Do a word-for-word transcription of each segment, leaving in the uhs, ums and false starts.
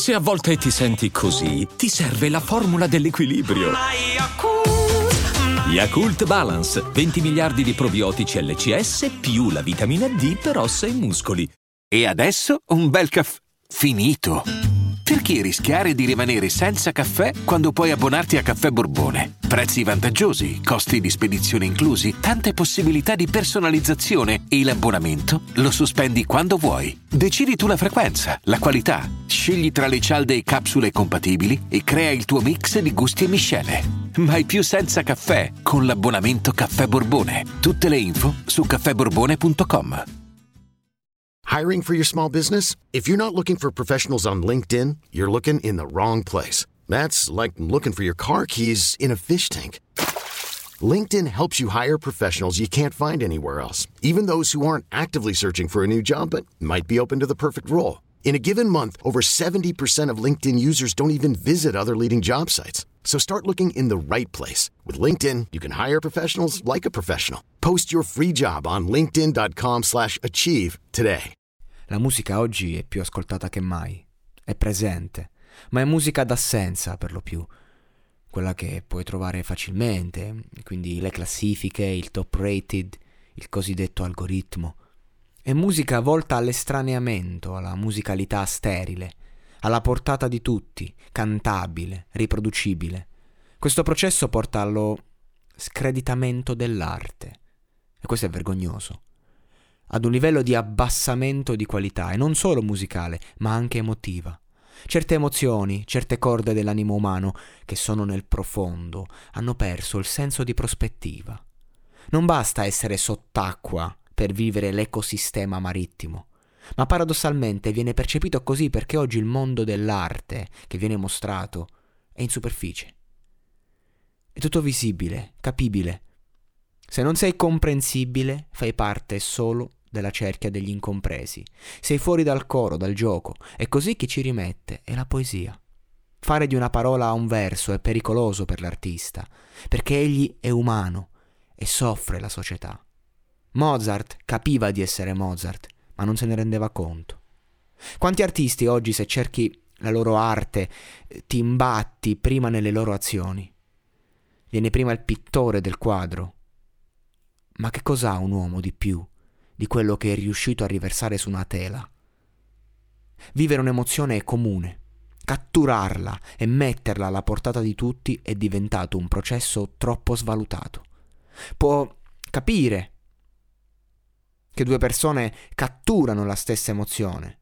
Se a volte ti senti così, ti serve la formula dell'equilibrio. Yakult Balance, venti miliardi di probiotici L C S più la vitamina D per ossa e muscoli. E adesso un bel caffè finito. Perché rischiare di rimanere senza caffè quando puoi abbonarti a Caffè Borbone? Prezzi vantaggiosi, costi di spedizione inclusi, tante possibilità di personalizzazione e l'abbonamento lo sospendi quando vuoi. Decidi tu la frequenza, la qualità, scegli tra le cialde e capsule compatibili e crea il tuo mix di gusti e miscele. Mai più senza caffè con l'abbonamento Caffè Borbone. Tutte le info su caffè borbone punto com. Hiring for your small business? If you're not looking for professionals on LinkedIn, you're looking in the wrong place. That's like looking for your car keys in a fish tank. LinkedIn helps you hire professionals you can't find anywhere else, even those who aren't actively searching for a new job but might be open to the perfect role. In a given month, over seventy percent of LinkedIn users don't even visit other leading job sites. So start looking in the right place. With LinkedIn, you can hire professionals like a professional. Post your free job on linkedin dot com slash achieve today. La musica oggi è più ascoltata che mai. È presente, ma è musica d'assenza per lo più. Quella che puoi trovare facilmente, quindi le classifiche, il top rated, il cosiddetto algoritmo. È musica volta all'estraneamento, alla musicalità sterile, alla portata di tutti, cantabile, riproducibile. Questo processo porta allo screditamento dell'arte. E questo è vergognoso. Ad un livello di abbassamento di qualità, e non solo musicale, ma anche emotiva. Certe emozioni, certe corde dell'animo umano, che sono nel profondo, hanno perso il senso di prospettiva. Non basta essere sott'acqua per vivere l'ecosistema marittimo, ma paradossalmente viene percepito così perché oggi il mondo dell'arte che viene mostrato è in superficie. È tutto visibile, capibile. Se non sei comprensibile, fai parte solo della cerchia degli incompresi. Sei fuori dal coro, dal gioco. E così chi ci rimette è la poesia. Fare di una parola un verso è pericoloso per l'artista, perché egli è umano e soffre la società. Mozart capiva di essere Mozart, ma non se ne rendeva conto. Quanti artisti oggi, se cerchi la loro arte, ti imbatti prima nelle loro azioni? Viene prima il pittore del quadro. Ma che cos'ha un uomo di più di quello che è riuscito a riversare su una tela? Vivere un'emozione è comune. Catturarla e metterla alla portata di tutti è diventato un processo troppo svalutato. Può capire che due persone catturano la stessa emozione,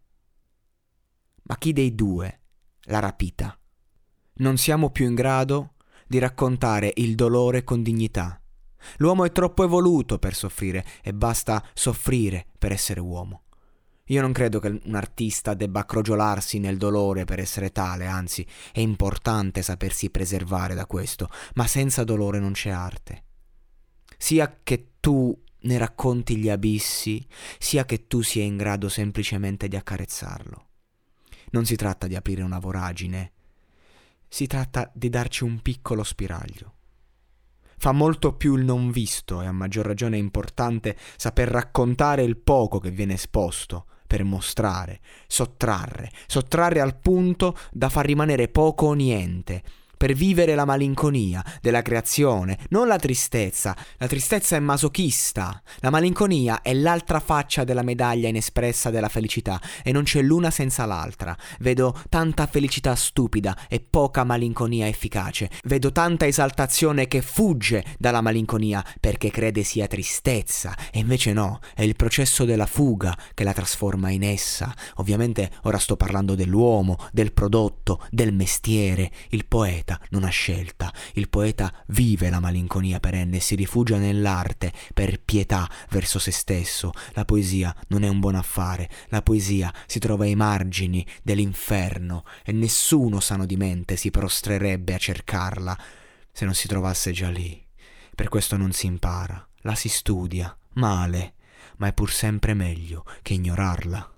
ma chi dei due l'ha rapita? Non siamo più in grado di raccontare il dolore con dignità. L'uomo è troppo evoluto per soffrire e basta soffrire per essere uomo. Io non credo che un artista debba crogiolarsi nel dolore per essere tale, anzi è importante sapersi preservare da questo, ma senza dolore non c'è arte. Sia che tu ne racconti gli abissi, sia che tu sia in grado semplicemente di accarezzarlo. Non si tratta di aprire una voragine, si tratta di darci un piccolo spiraglio. Fa molto più il non visto e a maggior ragione è importante saper raccontare il poco che viene esposto per mostrare, sottrarre, sottrarre al punto da far rimanere poco o niente, per vivere la malinconia della creazione, non la tristezza. La tristezza è masochista, la malinconia è l'altra faccia della medaglia inespressa della felicità e non c'è l'una senza l'altra. Vedo tanta felicità stupida e poca malinconia efficace. Vedo tanta esaltazione che fugge dalla malinconia perché crede sia tristezza e invece no, è il processo della fuga che la trasforma in essa. Ovviamente ora sto parlando dell'uomo, del prodotto, del mestiere. Il poeta non ha scelta, il poeta vive la malinconia perenne e si rifugia nell'arte per pietà verso se stesso. La poesia non è un buon affare, la poesia si trova ai margini dell'inferno e nessuno sano di mente si prostrerebbe a cercarla se non si trovasse già lì. Per questo non si impara, la si studia, male, ma è pur sempre meglio che ignorarla.